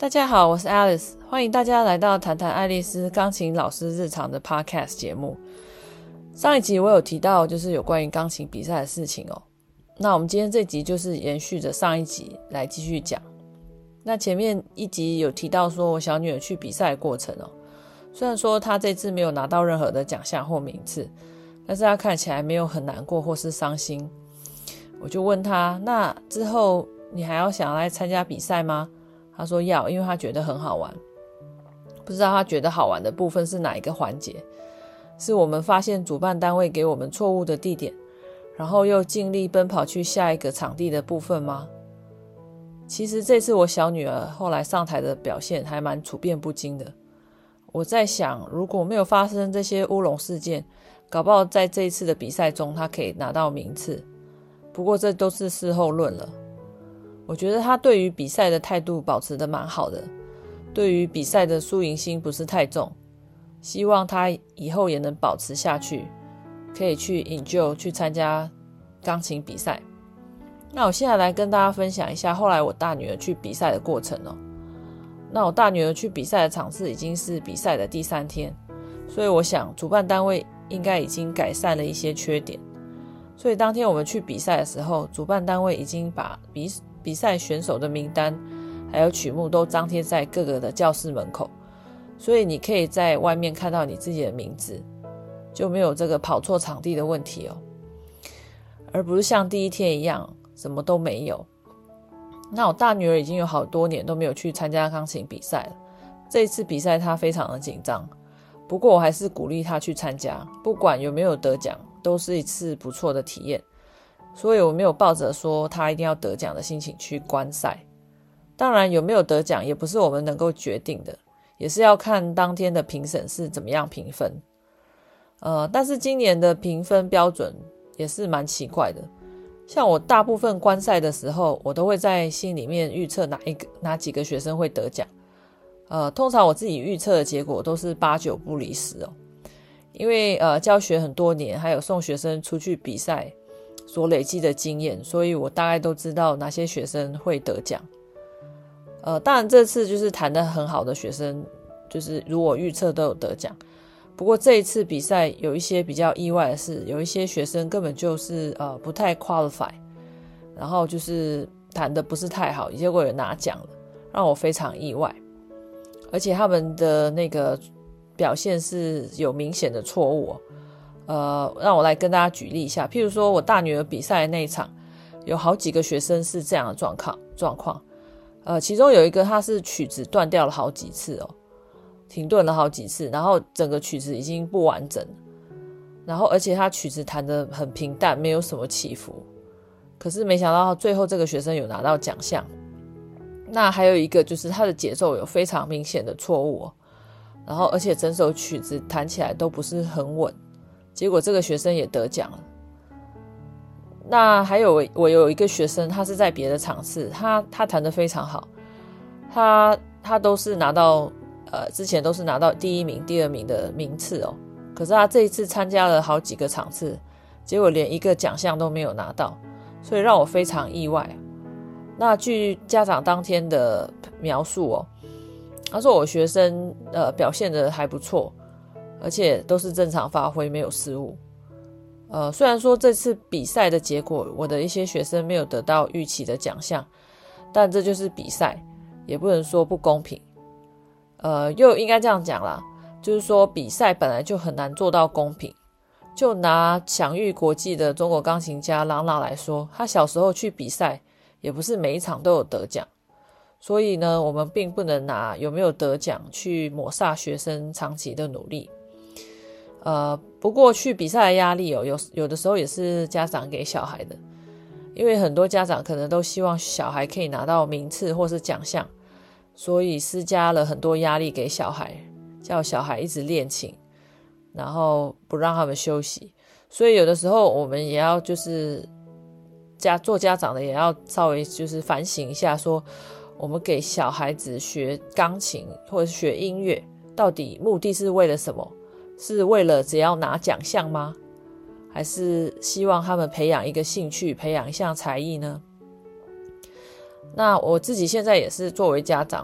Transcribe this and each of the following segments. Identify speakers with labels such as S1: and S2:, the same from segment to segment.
S1: 大家好，我是 Alice， 欢迎大家来到谈谈爱丽丝钢琴老师日常的 Podcast 节目。上一集我有提到就是有关于钢琴比赛的事情哦。那我们今天这集就是延续着上一集来继续讲。那前面一集有提到说我小女儿去比赛的过程哦，虽然说她这次没有拿到任何的奖项或名次，但是她看起来没有很难过或是伤心。我就问她，那之后你还要想来参加比赛吗？她说要，因为她觉得很好玩。不知道她觉得好玩的部分是哪一个环节？是我们发现主办单位给我们错误的地点，然后又尽力奔跑去下一个场地的部分吗？其实这次我小女儿后来上台的表现还蛮处变不惊的。我在想，如果没有发生这些乌龙事件，搞不好在这一次的比赛中她可以拿到名次。不过这都是事后论了。我觉得她对于比赛的态度保持得蛮好的，对于比赛的输赢心不是太重，希望她以后也能保持下去，可以去 enjoy 去参加钢琴比赛。那我现在来跟大家分享一下后来我大女儿去比赛的过程哦。那我大女儿去比赛的场次已经是比赛的第3天，所以我想主办单位应该已经改善了一些缺点，所以当天我们去比赛的时候，主办单位已经把比赛选手的名单还有曲目都张贴在各个的教室门口，所以你可以在外面看到你自己的名字，就没有这个跑错场地的问题哦，而不是像第一天一样什么都没有。那我大女儿已经有好多年都没有去参加钢琴比赛了，这一次比赛她非常的紧张，不过我还是鼓励她去参加，不管有没有得奖都是一次不错的体验，所以我没有抱着说她一定要得奖的心情去观赛。当然有没有得奖也不是我们能够决定的，也是要看当天的评审是怎么样评分。但是今年的评分标准也是蛮奇怪的，像我大部分观赛的时候，我都会在心里面预测哪几个学生会得奖。通常我自己预测的结果都是8、9不离10哦。因为教学很多年，还有送学生出去比赛所累积的经验，所以我大概都知道哪些学生会得奖。当然这次就是弹得很好的学生，就是如我预测都有得奖。不过这一次比赛有一些比较意外的是，有一些学生根本就是不太 qualify， 然后就是弹得不是太好，结果也拿奖了，让我非常意外。而且他们的那个表现是有明显的错误让我来跟大家举例一下。譬如说我大女儿比赛的那一场，有好几个学生是这样的状况。其中有一个他是曲子断掉了好几次哦，停顿了好几次，然后整个曲子已经不完整，然后而且他曲子弹得很平淡，没有什么起伏。可是没想到最后这个学生有拿到奖项。那还有一个就是他的节奏有非常明显的错误然后而且整首曲子弹起来都不是很稳，结果这个学生也得奖了。那还有我有一个学生，他是在别的场次，他弹得非常好，他都是拿到之前都是拿到第1名、第2名的名次哦。可是他这一次参加了好几个场次，结果连一个奖项都没有拿到，所以让我非常意外。那据家长当天的描述他说我学生表现得还不错，而且都是正常发挥，没有失误。虽然说这次比赛的结果我的一些学生没有得到预期的奖项，但这就是比赛，也不能说不公平。又应该这样讲啦，就是说比赛本来就很难做到公平。就拿享誉国际的中国钢琴家郎朗来说，他小时候去比赛也不是每一场都有得奖，所以呢，我们并不能拿有没有得奖去抹煞学生长期的努力。不过去比赛的压力有的时候也是家长给小孩的，因为很多家长可能都希望小孩可以拿到名次或是奖项，所以施加了很多压力给小孩，叫小孩一直练琴，然后不让他们休息。所以有的时候我们也要就是做家长的也要稍微就是反省一下，说我们给小孩子学钢琴或者学音乐，到底目的是为了什么？是为了只要拿奖项吗？还是希望他们培养一个兴趣，培养一项才艺呢？那我自己现在也是作为家长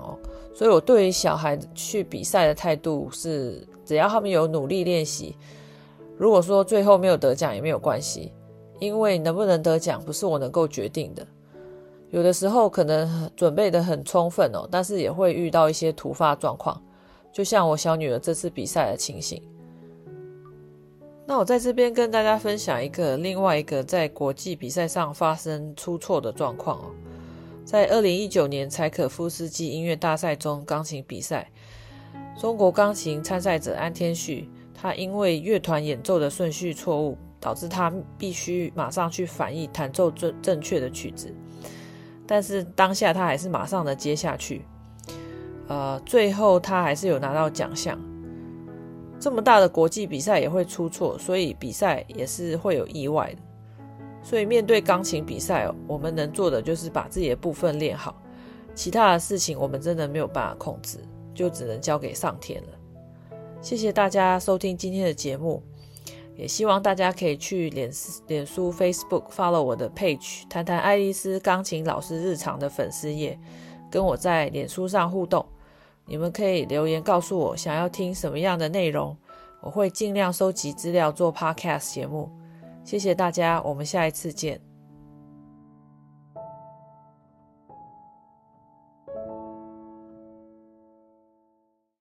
S1: 所以我对于小孩去比赛的态度是，只要他们有努力练习，如果说最后没有得奖也没有关系，因为能不能得奖不是我能够决定的。有的时候可能准备得很充分但是也会遇到一些突发状况，就像我小女儿这次比赛的情形。那我在这边跟大家分享另外一个在国际比赛上发生出错的状况在2019年柴可夫斯基音乐大赛中钢琴比赛，中国钢琴参赛者安天旭，他因为乐团演奏的顺序错误，导致他必须马上去翻译弹奏正确的曲子，但是当下他还是马上的接下去，最后他还是有拿到奖项。这么大的国际比赛也会出错，所以比赛也是会有意外的。所以面对钢琴比赛我们能做的就是把自己的部分练好，其他的事情我们真的没有办法控制，就只能交给上天了。谢谢大家收听今天的节目，也希望大家可以去脸书 Facebook follow 我的 page 谈谈爱丽丝钢琴老师日常的粉丝页，跟我在脸书上互动。你们可以留言告诉我想要听什么样的内容，我会尽量收集资料做 podcast 节目。谢谢大家，我们下一次见。